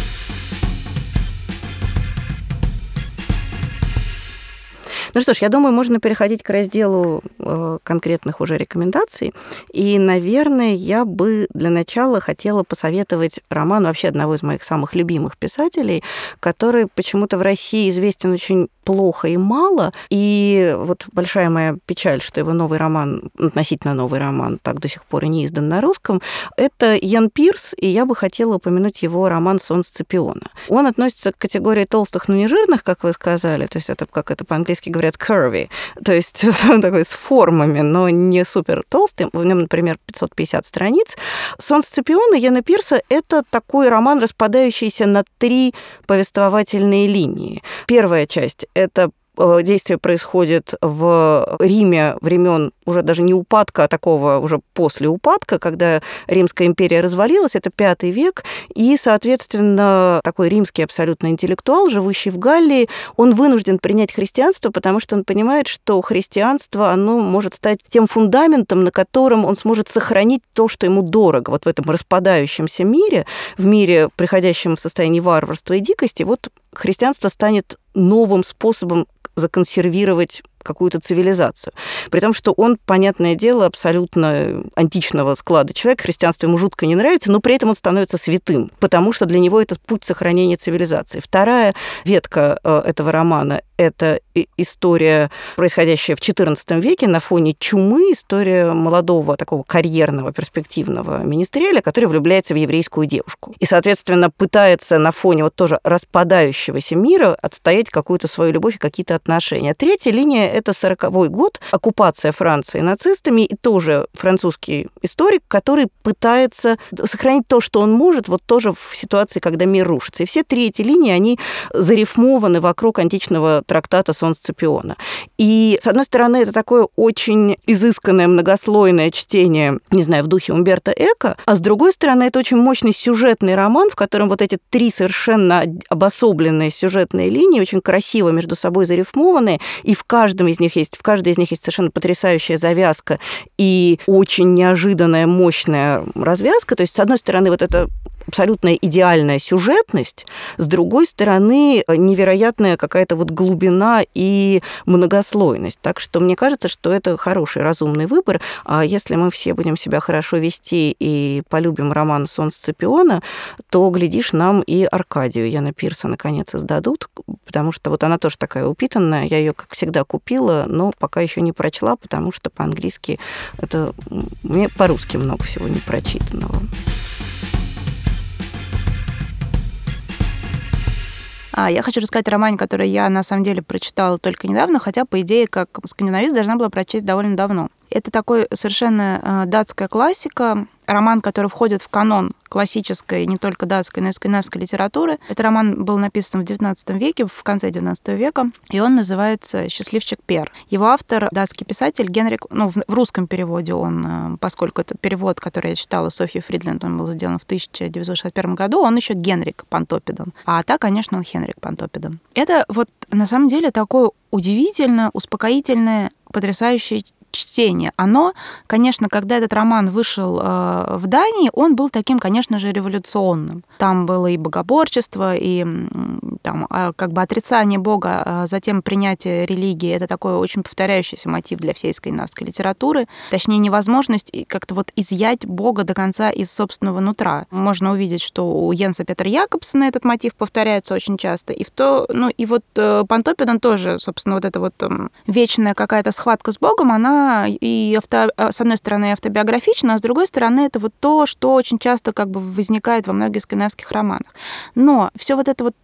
Ну что ж, я думаю, можно переходить к разделу конкретных уже рекомендаций. И, наверное, я бы для начала хотела посоветовать роман вообще одного из моих самых любимых писателей, который почему-то в России известен очень плохо и мало. И вот большая моя печаль, что его новый роман, относительно новый роман, так до сих пор и не издан на русском, это Иэн Пирс, и я бы хотела упомянуть его роман «Сон Сципиона». Он относится к категории толстых, но не жирных, как вы сказали, то есть это, как это по-английски говорят, curvy, то есть такой с формами, но не супер толстый. В нем, например, 550 страниц. «Сон Сципиона» Иэна Пирса – это такой роман, распадающийся на 3 повествовательные линии. Первая часть – это действие происходит в Риме времен уже даже не упадка, а такого уже после упадка, когда Римская империя развалилась, это V век, и, соответственно, такой римский абсолютно интеллектуал, живущий в Галлии, он вынужден принять христианство, потому что он понимает, что христианство, оно может стать тем фундаментом, на котором он сможет сохранить то, что ему дорого. Вот в этом распадающемся мире, в мире, приходящем в состояние варварства и дикости, вот христианство станет новым способом законсервировать какую-то цивилизацию. При том, что он, понятное дело, абсолютно античного склада человек, христианство ему жутко не нравится, но при этом он становится святым, потому что для него это путь сохранения цивилизации. Вторая ветка этого романа – это история, происходящая в XIV веке на фоне чумы, история молодого, такого карьерного, перспективного министреля, который влюбляется в еврейскую девушку. И, соответственно, пытается на фоне вот тоже распадающегося мира отстоять какую-то свою любовь и какие-то отношения. Третья линия – это 40-й год, оккупация Франции нацистами, и тоже французский историк, который пытается сохранить то, что он может, вот тоже в ситуации, когда мир рушится. И все 3 эти линии, они зарифмованы вокруг античного трактата «Сон Сципиона». И, с одной стороны, это такое очень изысканное, многослойное чтение, не знаю, в духе Умберто Эко, а с другой стороны, это очень мощный сюжетный роман, в котором вот эти 3 совершенно обособленные сюжетные линии, очень красиво между собой зарифмованные, и в каждой из них есть совершенно потрясающая завязка и очень неожиданная, мощная развязка. То есть, с одной стороны, вот это абсолютная идеальная сюжетность, с другой стороны, невероятная какая-то вот глубина и многослойность. Так что мне кажется, что это хороший, разумный выбор. А если мы все будем себя хорошо вести и полюбим роман «Сон Сципиона», то, глядишь, нам и Аркадию Иэна Пирса наконец издадут, потому что вот она тоже такая упитанная. Я ее, как всегда, купила, но пока еще не прочла, потому что по-английски это... Мне по-русски много всего не прочитанного.
Я хочу рассказать о романе, который я, на самом деле, прочитала только недавно, хотя, по идее, как скандинавист, должна была прочесть довольно давно. Это такой совершенно датская классика, роман, который входит в канон классической, не только датской, но и скандинавской литературы. Этот роман был написан в XIX веке, в конце XIX века, и он называется «Счастливчик Пер». Его автор — датский писатель Генрик, в русском переводе он, поскольку это перевод, который я читала, Софьи Фридленд, он был сделан в 1961 году, он еще Генрик Понтоппидан. А так, конечно, он Хенрик Понтоппидан. Это вот на самом деле такое удивительно, успокоительное, потрясающее чтение. Оно, конечно, когда этот роман вышел в Дании, он был таким, конечно же, революционным. Там было и богоборчество, и там, как бы отрицание Бога, а затем принятие религии. Это такой очень повторяющийся мотив для всей скандинавской литературы. Точнее, невозможность как-то вот изъять Бога до конца из собственного нутра. Можно увидеть, что у Йенса Петера Якобсена этот мотив повторяется очень часто. И вот Понтоппидан тоже, собственно, вот эта вот вечная какая-то схватка с Богом, она и с одной стороны автобиографична, а с другой стороны это вот то, что очень часто как бы возникает во многих скандинавских романах. Но все вот это вот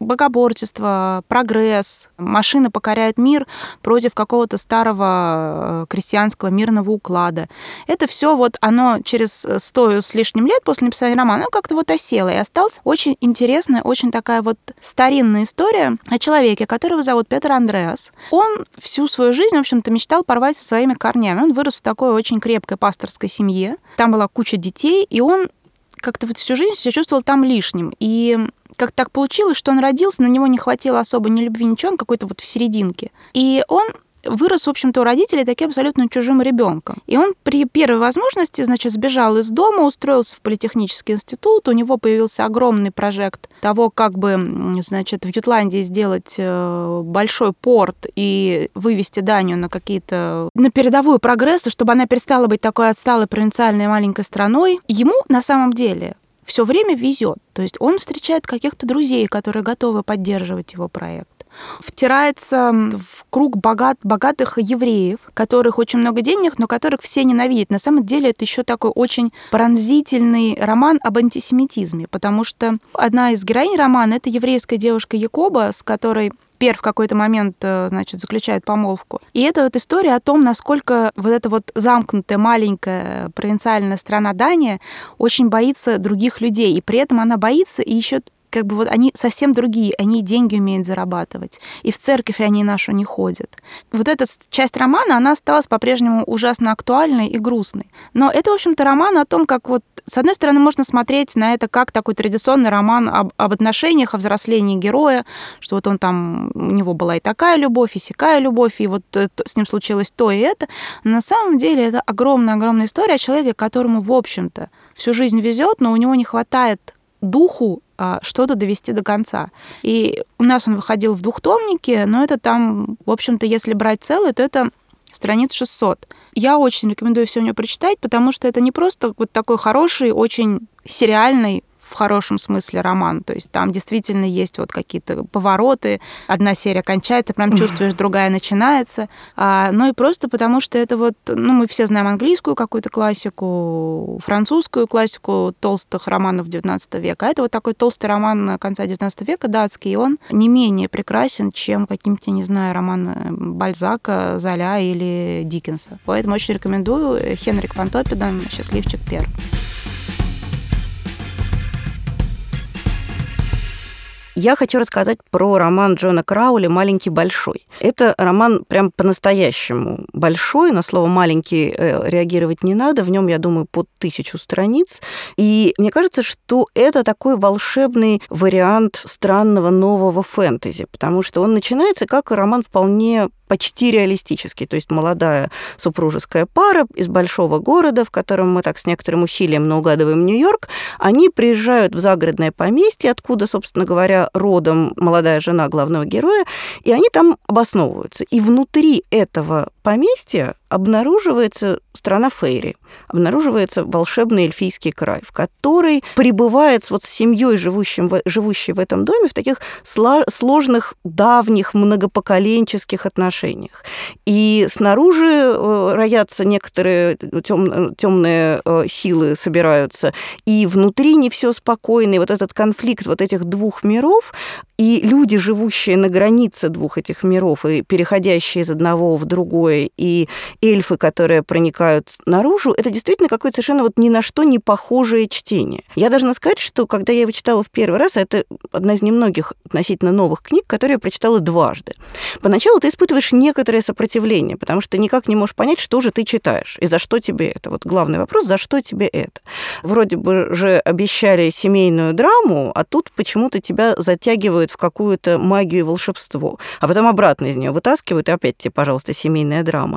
богоборчество, прогресс, машины покоряют мир против какого-то старого крестьянского мирного уклада. Это все вот оно через 100 с лишним лет после написания романа, оно как-то вот осело и осталась очень интересная, очень такая вот старинная история о человеке, которого зовут Петр Андреас. Он всю свою жизнь, в общем-то, мечтал порвать со своими корнями. Он вырос в такой очень крепкой пасторской семье. Там была куча детей, и он как-то вот всю жизнь себя чувствовал там лишним. И как так получилось, что он родился, на него не хватило особо ни любви, ничего, он какой-то вот в серединке. И он вырос, в общем-то, у родителей таким абсолютно чужим ребенком. И он при первой возможности, значит, сбежал из дома, устроился в политехнический институт, у него появился огромный прожект того, как бы, значит, в Ютландии сделать большой порт и вывести Данию на передовую прогресса, чтобы она перестала быть такой отсталой провинциальной маленькой страной. Ему на самом деле все время везет. То есть он встречает каких-то друзей, которые готовы поддерживать его проект. Втирается в круг богатых евреев, которых очень много денег, но которых все ненавидят. На самом деле это еще такой очень пронзительный роман об антисемитизме, потому что одна из героинь романа — это еврейская девушка Якоба, с которой Пер в какой-то момент, значит, заключает помолвку. И это вот история о том, насколько вот эта вот замкнутая, маленькая провинциальная страна Дания очень боится других людей. И при этом она боится, и еще как бы вот они совсем другие, они деньги умеют зарабатывать, и в церковь они нашу не ходят. Вот эта часть романа, она осталась по-прежнему ужасно актуальной и грустной. Но это, в общем-то, роман о том, как вот, с одной стороны, можно смотреть на это как такой традиционный роман об отношениях, о взрослении героя, что вот он там, у него была и такая любовь, и сякая любовь, и вот с ним случилось то и это. Но на самом деле это огромная-огромная история о человеке, которому, в общем-то, всю жизнь везет, но у него не хватает духу что-то довести до конца. И у нас он выходил в двухтомнике, но это там, в общем-то, если брать целый, то это страниц 600. Я очень рекомендую все у него прочитать, потому что это не просто вот такой хороший, очень сериальный, в хорошем смысле, роман. То есть там действительно есть вот какие-то повороты. Одна серия кончается, прям чувствуешь, другая начинается. Но и просто потому, что это вот... мы все знаем английскую какую-то классику, французскую классику толстых романов XIX века. А это вот такой толстый роман конца XIX века, датский, и он не менее прекрасен, чем каким-то, не знаю, роман Бальзака, Золя или Диккенса. Поэтому очень рекомендую. Хенрик ван Топпиден «Счастливчик Пер».
Я хочу рассказать про роман Джона Краули «Маленький большой». Это роман прям по-настоящему большой, на слово «маленький» реагировать не надо, в нем, я думаю, под 1000 страниц. И мне кажется, что это такой волшебный вариант странного нового фэнтези, потому что он начинается как роман вполне почти реалистический, то есть молодая супружеская пара из большого города, в котором мы так с некоторым усилием наугадываем Нью-Йорк, они приезжают в загородное поместье, откуда, собственно говоря, родом молодая жена главного героя, и они там обосновываются. И внутри этого поместья обнаруживается страна Фейри, обнаруживается волшебный эльфийский край, в который пребывает вот с семьей, живущей в этом доме, в таких сложных, давних, многопоколенческих отношениях. И снаружи роятся некоторые темные силы, собираются, и внутри не все спокойно, и вот этот конфликт вот этих двух миров, и люди, живущие на границе двух этих миров, и переходящие из одного в другое, и эльфы, которые проникают наружу, это действительно какое-то совершенно вот ни на что не похожее чтение. Я должна сказать, что когда я его читала в первый раз, это одна из немногих относительно новых книг, которые я прочитала дважды. Поначалу ты испытываешь некоторое сопротивление, потому что никак не можешь понять, что же ты читаешь, и за что тебе это. Вот главный вопрос, за что тебе это? Вроде бы же обещали семейную драму, а тут почему-то тебя затягивают в какую-то магию и волшебство, а потом обратно из нее вытаскивают, и опять тебе, пожалуйста, семейная драма.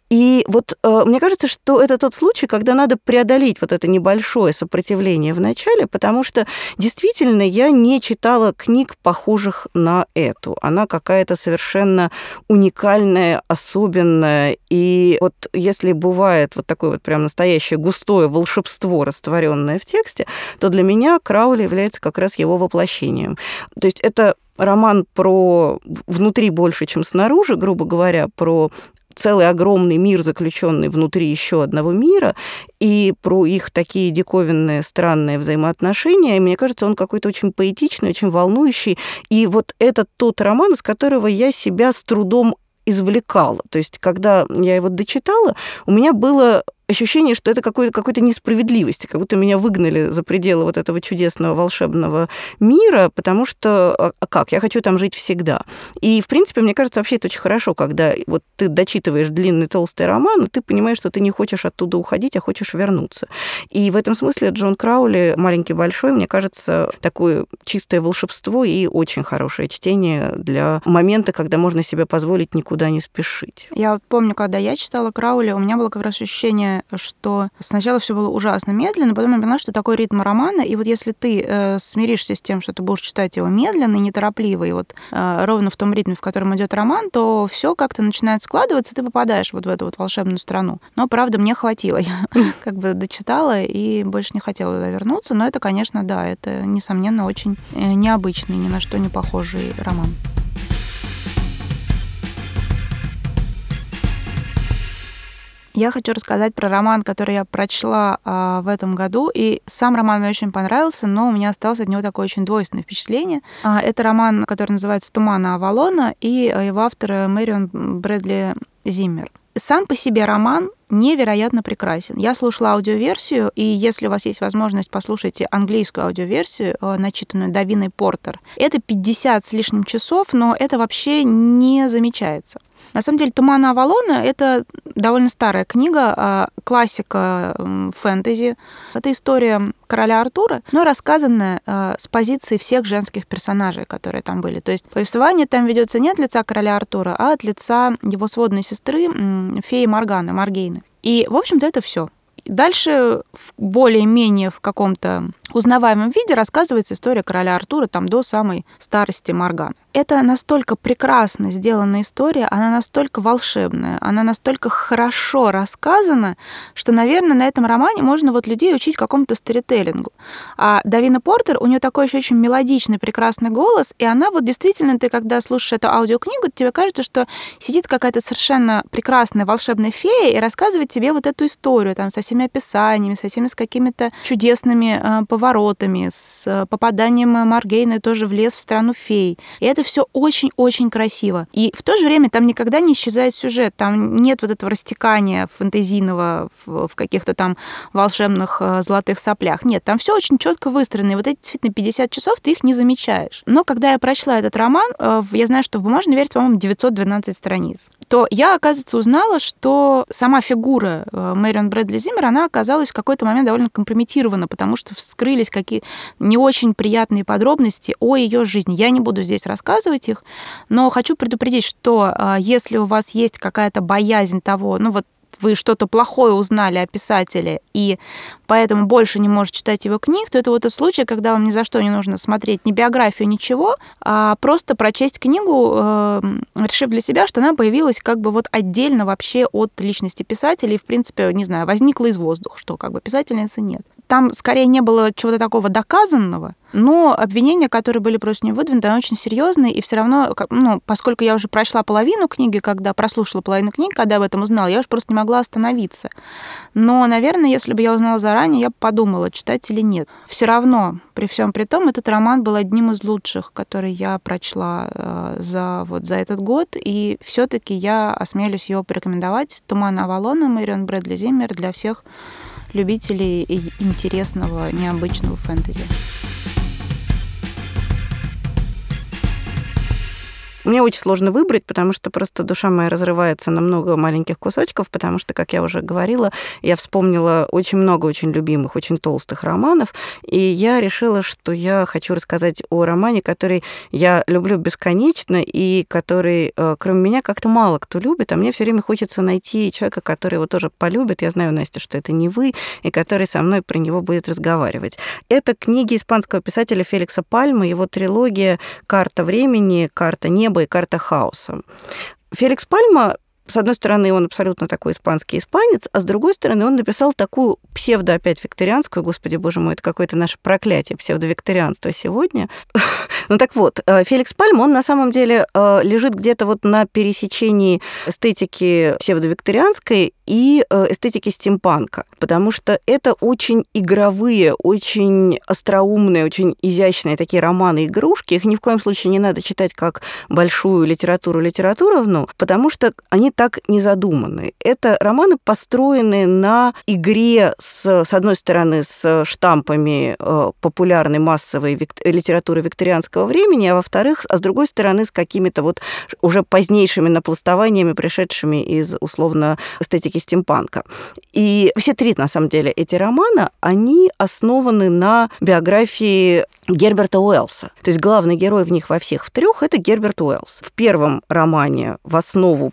И вот мне кажется, что это тот случай, когда надо преодолеть вот это небольшое сопротивление в начале, потому что действительно я не читала книг, похожих на эту. Она какая-то совершенно уникальная, особенная. И вот если бывает вот такое вот прям настоящее густое волшебство, растворенное в тексте, то для меня Краули является как раз его воплощением. То есть это роман про внутри больше, чем снаружи, грубо говоря, про целый огромный мир, заключенный внутри еще одного мира, и про их такие диковинные, странные взаимоотношения. И мне кажется, он какой-то очень поэтичный, очень волнующий. И вот это тот роман, из которого я себя с трудом извлекала. То есть, когда я его дочитала, у меня было ощущение, что это какой-то несправедливости, как будто меня выгнали за пределы вот этого чудесного волшебного мира, потому что, я хочу там жить всегда. И, в принципе, мне кажется, вообще это очень хорошо, когда вот ты дочитываешь длинный толстый роман, и ты понимаешь, что ты не хочешь оттуда уходить, а хочешь вернуться. И в этом смысле Джон Краули «Маленький большой», мне кажется, такое чистое волшебство и очень хорошее чтение для момента, когда можно себе позволить никуда не спешить.
Я помню, когда я читала Краули, у меня было как раз ощущение, что сначала все было ужасно медленно, потом я поняла, что такой ритм романа, и вот если ты смиришься с тем, что ты будешь читать его медленно и неторопливо, и вот ровно в том ритме, в котором идет роман, то все как-то начинает складываться, и ты попадаешь вот в эту вот волшебную страну. Но, правда, мне хватило. Я как бы дочитала и больше не хотела туда вернуться, но это, конечно, да, это, несомненно, очень необычный, ни на что не похожий роман. Я хочу рассказать про роман, который я прочла в этом году, и сам роман мне очень понравился, но у меня осталось от него такое очень двойственное впечатление. Это роман, который называется «Туманы Авалона», и его автор Мэрион Брэдли Зиммер. Сам по себе роман невероятно прекрасен. Я слушала аудиоверсию, и если у вас есть возможность, послушайте английскую аудиоверсию, начитанную Давиной Портер. Это 50 с лишним часов, но это вообще не замечается. На самом деле, «Туманы Авалона» — это довольно старая книга, классика фэнтези. Это история короля Артура, но рассказанная с позиции всех женских персонажей, которые там были. То есть повествование там ведется не от лица короля Артура, а от лица его сводной сестры, феи Моргейны. И, в общем-то, это все. Дальше более-менее в каком-то узнаваемом виде рассказывается история короля Артура там до самой старости Морганы. Это настолько прекрасно сделанная история, она настолько волшебная, она настолько хорошо рассказана, что, наверное, на этом романе можно вот людей учить какому-то сторителлингу. А Давина Портер, у нее такой еще очень мелодичный, прекрасный голос, и она вот действительно, ты когда слушаешь эту аудиокнигу, тебе кажется, что сидит какая-то совершенно прекрасная волшебная фея и рассказывает тебе вот эту историю там со всеми описаниями, со всеми с какими-то чудесными поворотами, с попаданием Моргейны тоже в лес, в страну фей. И это все очень-очень красиво. И в то же время там никогда не исчезает сюжет, там нет вот этого растекания фэнтезийного в каких-то там волшебных золотых соплях. Нет, там все очень четко выстроено. И вот эти действительно 50 часов ты их не замечаешь. Но когда я прочла этот роман, я знаю, что в бумажной версии, по-моему, 912 страниц, то я, оказывается, узнала, что сама фигура Мэрион Брэдли Зиммер, она оказалась в какой-то момент довольно компрометирована, потому что вскрылись какие не очень приятные подробности о ее жизни. Я не буду здесь рассказывать их, но хочу предупредить, что если у вас есть какая-то боязнь того, вы что-то плохое узнали о писателе, и поэтому больше не можете читать его книг, то это вот тот случай, когда вам ни за что не нужно смотреть ни биографию, ничего, а просто прочесть книгу, решив для себя, что она появилась как бы вот отдельно вообще от личности писателя, и, в принципе, не знаю, возникла из воздуха, что как бы писательницы нет. Там скорее не было чего-то такого доказанного, но обвинения, которые были против нее выдвинуты, они очень серьезные, и все равно, поскольку я уже прочла половину книги, прослушала половину книги, когда об этом узнала, я уже просто не могла остановиться. Но, наверное, если бы я узнала заранее, я бы подумала, читать или нет. Все равно, при всем при том, этот роман был одним из лучших, который я прочла за этот год, и все-таки я осмелюсь его порекомендовать. «Туманы Авалона» Мэрион Брэдли Зиммер для всех любителей интересного, необычного фэнтези.
Мне очень сложно выбрать, потому что просто душа моя разрывается на много маленьких кусочков, потому что, как я уже говорила, я вспомнила очень много очень любимых, очень толстых романов, и я решила, что я хочу рассказать о романе, который я люблю бесконечно, и который, кроме меня, как-то мало кто любит, а мне все время хочется найти человека, который его тоже полюбит. Я знаю, Настя, что это не вы, и который со мной про него будет разговаривать. Это книги испанского писателя Феликса Пальмы, его трилогия «Карта времени», «Карта неба» и «Карта хаоса». Феликс Пальма с одной стороны, он абсолютно такой испанский испанец, а с другой стороны, он написал такую опять викторианскую, господи, боже мой, это какое-то наше проклятие, псевдовикторианство сегодня. Ну так вот, Феликс Пальма, он на самом деле лежит где-то вот на пересечении эстетики псевдовикторианской и эстетики стимпанка, потому что это очень игровые, очень остроумные, очень изящные такие романы-игрушки. Их ни в коем случае не надо читать как большую литературовну, потому что они так не задуманы. Это романы, построенные на игре с одной стороны, с штампами популярной массовой литературы викторианского времени, а во-вторых, с другой стороны, с какими-то вот уже позднейшими напластованиями, пришедшими из, условно, эстетики стимпанка. И все три, на самом деле, эти романа, они основаны на биографии Герберта Уэллса. То есть главный герой в них во всех в трех – это Герберт Уэллс. В первом романе в основу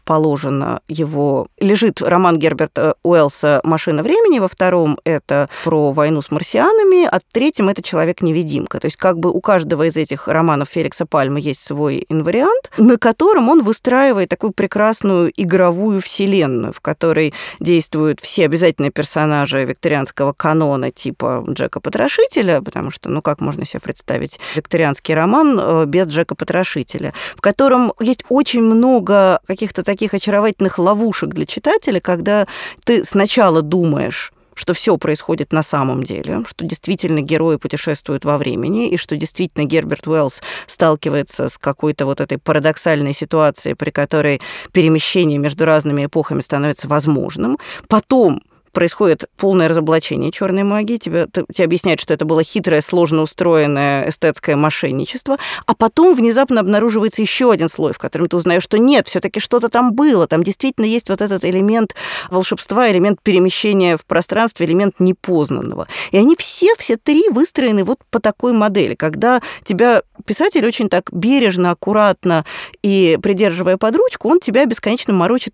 лежит роман Герберта Уэллса «Машина времени», во втором – это про войну с марсианами, а в третьем – это «Человек-невидимка». То есть как бы у каждого из этих романов Феликса Пальмы есть свой инвариант, на котором он выстраивает такую прекрасную игровую вселенную, в которой действуют все обязательные персонажи викторианского канона типа Джека Потрошителя, потому что, как можно себе представить викторианский роман без Джека Потрошителя, в котором есть очень много каких-то таких очаровательных ловушек для читателя, когда ты сначала думаешь, что все происходит на самом деле, что действительно герои путешествуют во времени, и что действительно Герберт Уэллс сталкивается с какой-то вот этой парадоксальной ситуацией, при которой перемещение между разными эпохами становится возможным. Потом происходит полное разоблачение черной магии, тебе объясняют, что это было хитрое, сложно устроенное эстетское мошенничество, а потом внезапно обнаруживается еще один слой, в котором ты узнаешь, что нет, все-таки что-то там было, там действительно есть вот этот элемент волшебства, элемент перемещения в пространстве, элемент непознанного. И они все три выстроены вот по такой модели, когда тебя писатель очень так бережно, аккуратно и придерживая под ручку, он тебя бесконечно морочит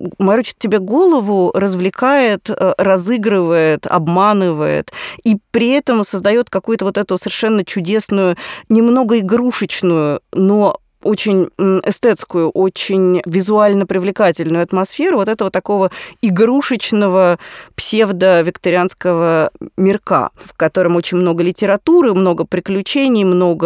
тебе голову, развлекает, разыгрывает, обманывает, и при этом создает какую-то вот эту совершенно чудесную, немного игрушечную, но очень эстетскую, очень визуально привлекательную атмосферу вот этого такого игрушечного псевдо-викторианского мирка, в котором очень много литературы, много приключений,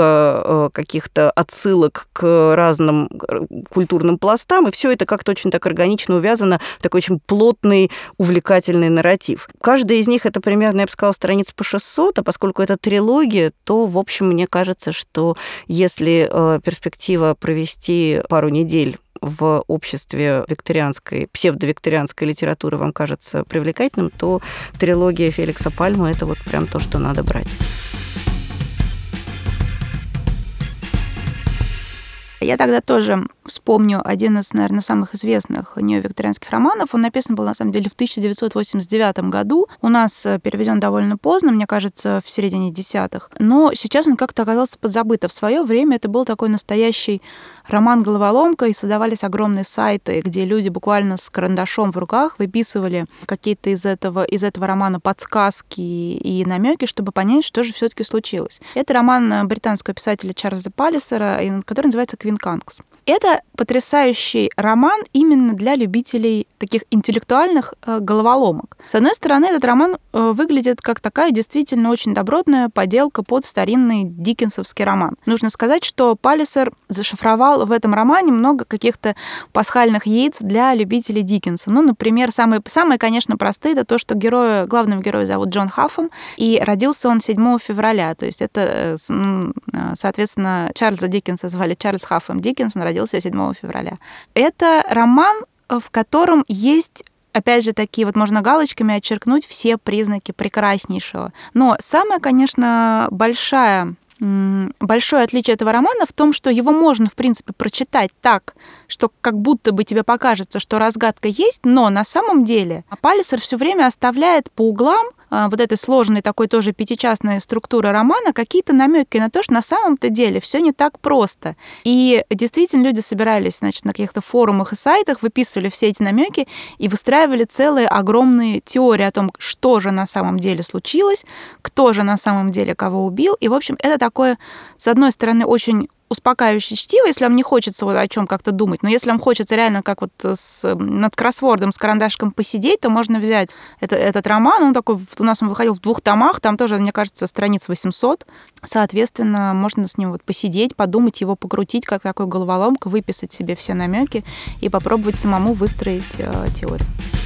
много каких-то отсылок к разным культурным пластам, и все это как-то очень так органично увязано в такой очень плотный, увлекательный нарратив. Каждая из них это примерно, я бы сказала, страниц по 600, а поскольку это трилогия, то, в общем, мне кажется, что если перспектива провести пару недель в обществе псевдовикторианской литературы вам кажется привлекательным, то трилогия Феликса Пальмы – это вот прям то, что надо брать.
Я тогда тоже вспомню один из, наверное, самых известных неовикторианских романов. Он написан был, на самом деле, в 1989 году. У нас переведен довольно поздно, мне кажется, в середине десятых. Но сейчас он как-то оказался подзабыт. В свое время это был такой настоящий роман-головоломка, и создавались огромные сайты, где люди буквально с карандашом в руках выписывали какие-то из этого романа подсказки и намеки, чтобы понять, что же все-таки случилось. Это роман британского писателя Чарльза Паллисера, который называется «Квинканкс». Это потрясающий роман именно для любителей таких интеллектуальных головоломок. С одной стороны, этот роман выглядит как такая действительно очень добротная поделка под старинный диккенсовский роман. Нужно сказать, что Паллисер зашифровал в этом романе много каких-то пасхальных яиц для любителей Диккенса. Например, самые, конечно, простые, это то, что главного героя зовут Джон Хаффом, и родился он 7 февраля. То есть это, соответственно, Чарльза Диккенса звали Чарльз Хаффом Диккенс, он родился 7 февраля. Это роман, в котором есть, опять же, такие вот можно галочками отчеркнуть все признаки прекраснейшего. Но самое, конечно, большое отличие этого романа в том, что его можно, в принципе, прочитать так, что как будто бы тебе покажется, что разгадка есть, но на самом деле Паллисер все время оставляет по углам вот этой сложной такой тоже пятичастной структуры романа какие-то намеки на то, что на самом-то деле все не так просто. И действительно люди собирались, значит, на каких-то форумах и сайтах, выписывали все эти намеки и выстраивали целые огромные теории о том, что же на самом деле случилось, кто же на самом деле кого убил. И, в общем, это такое, с одной стороны, очень успокаивающее чтиво, если вам не хочется вот о чем как-то думать. Но если вам хочется реально как вот над кроссвордом с карандашком посидеть, то можно взять этот роман. Он такой, у нас он выходил в 2 томах, там тоже, мне кажется, страниц 800. Соответственно, можно с ним вот посидеть, подумать, его покрутить, как такой головоломка, выписать себе все намеки и попробовать самому выстроить теорию.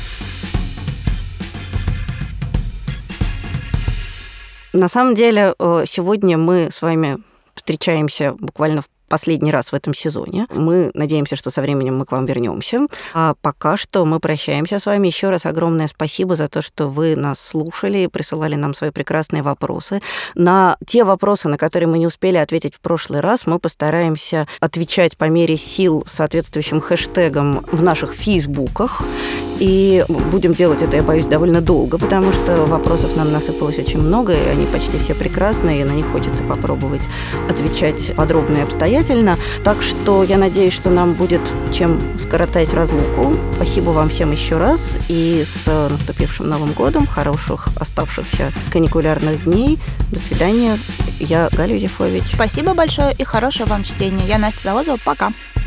На самом деле, сегодня мы с вами встречаемся буквально в последний раз в этом сезоне. Мы надеемся, что со временем мы к вам вернемся. А пока что мы прощаемся с вами. Еще раз огромное спасибо за то, что вы нас слушали и присылали нам свои прекрасные вопросы. На те вопросы, на которые мы не успели ответить в прошлый раз, мы постараемся отвечать по мере сил соответствующим хэштегом в наших фейсбуках. И будем делать это, я боюсь, довольно долго, потому что вопросов нам насыпалось очень много, и они почти все прекрасные, и на них хочется попробовать отвечать подробно и обстоятельно. Так что я надеюсь, что нам будет чем скоротать разлуку. Спасибо вам всем еще раз, и с наступившим Новым годом, хороших оставшихся каникулярных дней. До свидания. Я Галя Юзефович.
Спасибо большое и хорошего вам чтения. Я Настя Завозова. Пока.